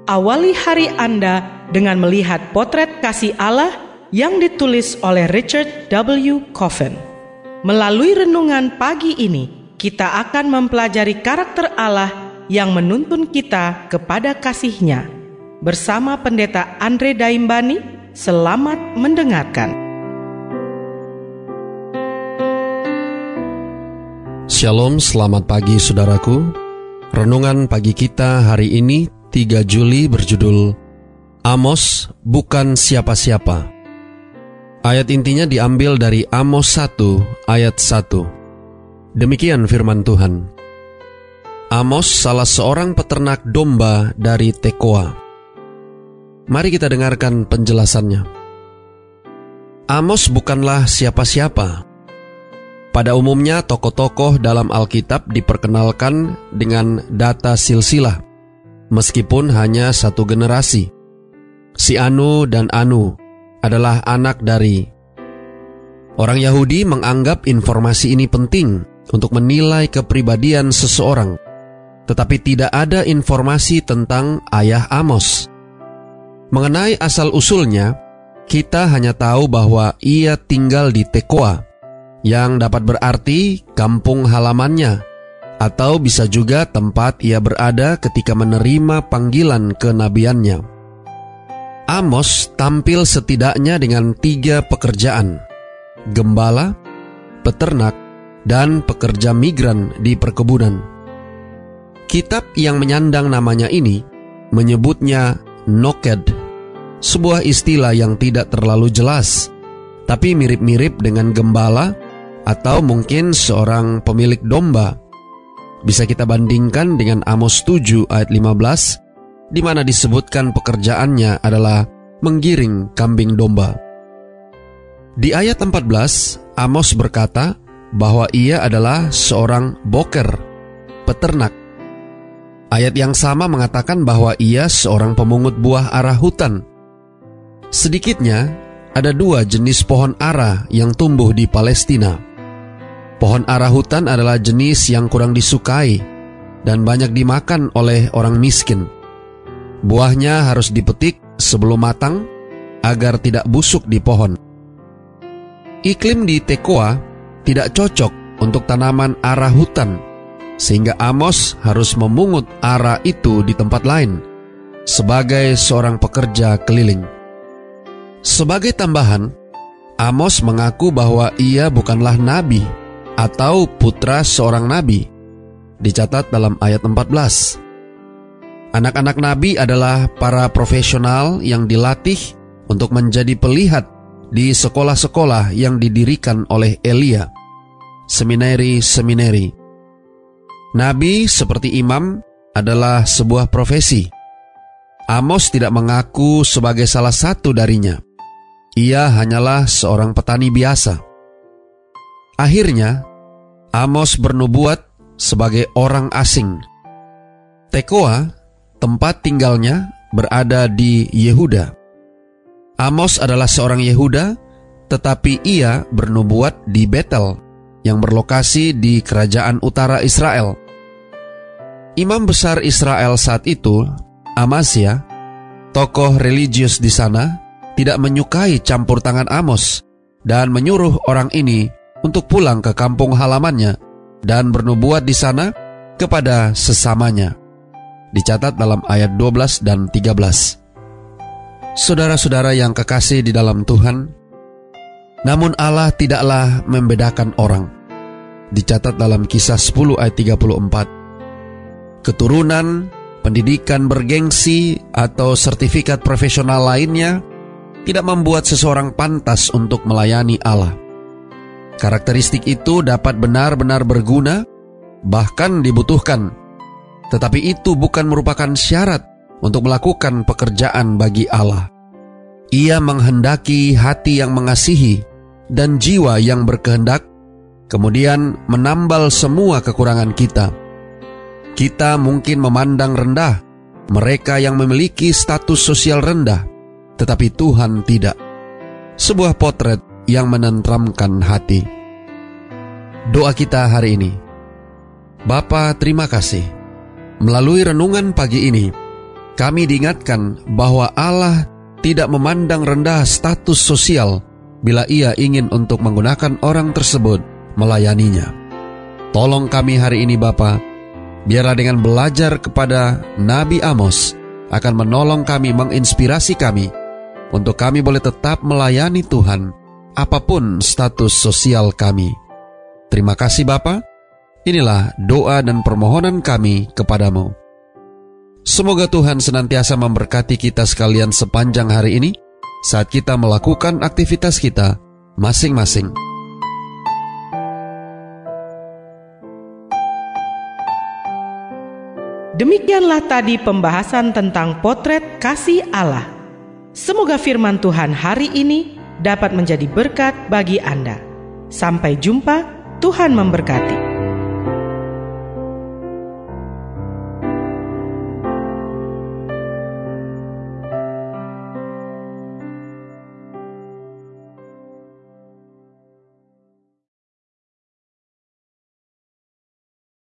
Awali hari Anda dengan melihat potret kasih Allah yang ditulis oleh Richard W. Coffin. Melalui renungan pagi ini, kita akan mempelajari karakter Allah yang menuntun kita kepada kasih-Nya. Bersama Pendeta Andre Daimbani, selamat mendengarkan. Shalom, selamat pagi saudaraku. Renungan pagi kita hari ini 3 Juli berjudul Amos bukan siapa-siapa. Ayat intinya diambil dari Amos 1 ayat 1. Demikian firman Tuhan. Amos salah seorang peternak domba dari Tekoa. Mari kita dengarkan penjelasannya. Amos bukanlah siapa-siapa. Pada umumnya tokoh-tokoh dalam Alkitab diperkenalkan dengan data silsilah, meskipun hanya satu generasi. Si Anu dan Anu adalah anak dari. Orang Yahudi menganggap informasi ini penting untuk menilai kepribadian seseorang, tetapi tidak ada informasi tentang ayah Amos. Mengenai asal-usulnya, kita hanya tahu bahwa ia tinggal di Tekoa, yang dapat berarti kampung halamannya, atau bisa juga tempat ia berada ketika menerima panggilan kenabiannya. Amos tampil setidaknya dengan 3 pekerjaan: gembala, peternak, dan pekerja migran di perkebunan. Kitab yang menyandang namanya ini menyebutnya noked, sebuah istilah yang tidak terlalu jelas, tapi mirip-mirip dengan gembala atau mungkin seorang pemilik domba. Bisa kita bandingkan dengan Amos 7 ayat 15, di mana disebutkan pekerjaannya adalah menggiring kambing domba. Di ayat 14, Amos berkata bahwa ia adalah seorang boker, peternak. Ayat yang sama mengatakan bahwa ia seorang pemungut buah ara hutan. Sedikitnya, ada 2 jenis pohon ara yang tumbuh di Palestina. Pohon ara hutan adalah jenis yang kurang disukai dan banyak dimakan oleh orang miskin. Buahnya harus dipetik sebelum matang agar tidak busuk di pohon. Iklim di Tekoa tidak cocok untuk tanaman ara hutan, sehingga Amos harus memungut ara itu di tempat lain sebagai seorang pekerja keliling. Sebagai tambahan, Amos mengaku bahwa ia bukanlah nabi atau putra seorang nabi. Dicatat dalam ayat 14. Anak-anak nabi adalah para profesional yang dilatih untuk menjadi pelihat di sekolah-sekolah yang didirikan oleh Elia, seminari-seminari. Nabi seperti imam adalah sebuah profesi. Amos tidak mengaku sebagai salah satu darinya. Ia hanyalah seorang petani biasa. Akhirnya, Amos bernubuat sebagai orang asing. Tekoa, tempat tinggalnya, berada di Yehuda. Amos adalah seorang Yehuda, tetapi ia bernubuat di Betel, yang berlokasi di kerajaan utara Israel. Imam besar Israel saat itu, Amasya, tokoh religius di sana, tidak menyukai campur tangan Amos dan menyuruh orang ini untuk pulang ke kampung halamannya dan bernubuat di sana kepada sesamanya. Dicatat dalam ayat 12 dan 13. Saudara-saudara yang kekasih di dalam Tuhan, namun Allah tidaklah membedakan orang. Dicatat dalam Kisah 10 ayat 34. Keturunan, pendidikan bergengsi, atau sertifikat profesional lainnya tidak membuat seseorang pantas untuk melayani Allah. Karakteristik itu dapat benar-benar berguna, bahkan dibutuhkan, tetapi itu bukan merupakan syarat untuk melakukan pekerjaan bagi Allah. Ia menghendaki hati yang mengasihi dan jiwa yang berkehendak, kemudian menambal semua kekurangan kita. Kita mungkin memandang rendah mereka yang memiliki status sosial rendah, tetapi Tuhan tidak. Sebuah potret yang menenteramkan hati. Doa kita hari ini. Bapa, terima kasih. Melalui renungan pagi ini, kami diingatkan bahwa Allah tidak memandang rendah status sosial bila Ia ingin untuk menggunakan orang tersebut melayaninya. Tolong kami hari ini Bapa, biarlah dengan belajar kepada Nabi Amos akan menolong kami, menginspirasi kami untuk kami boleh tetap melayani Tuhan apapun status sosial kami. Terima kasih Bapa. Inilah doa dan permohonan kami kepadamu. Semoga Tuhan senantiasa memberkati kita sekalian sepanjang hari ini saat kita melakukan aktivitas kita masing-masing. Demikianlah tadi pembahasan tentang potret kasih Allah. Semoga firman Tuhan hari ini dapat menjadi berkat bagi Anda. Sampai jumpa, Tuhan memberkati.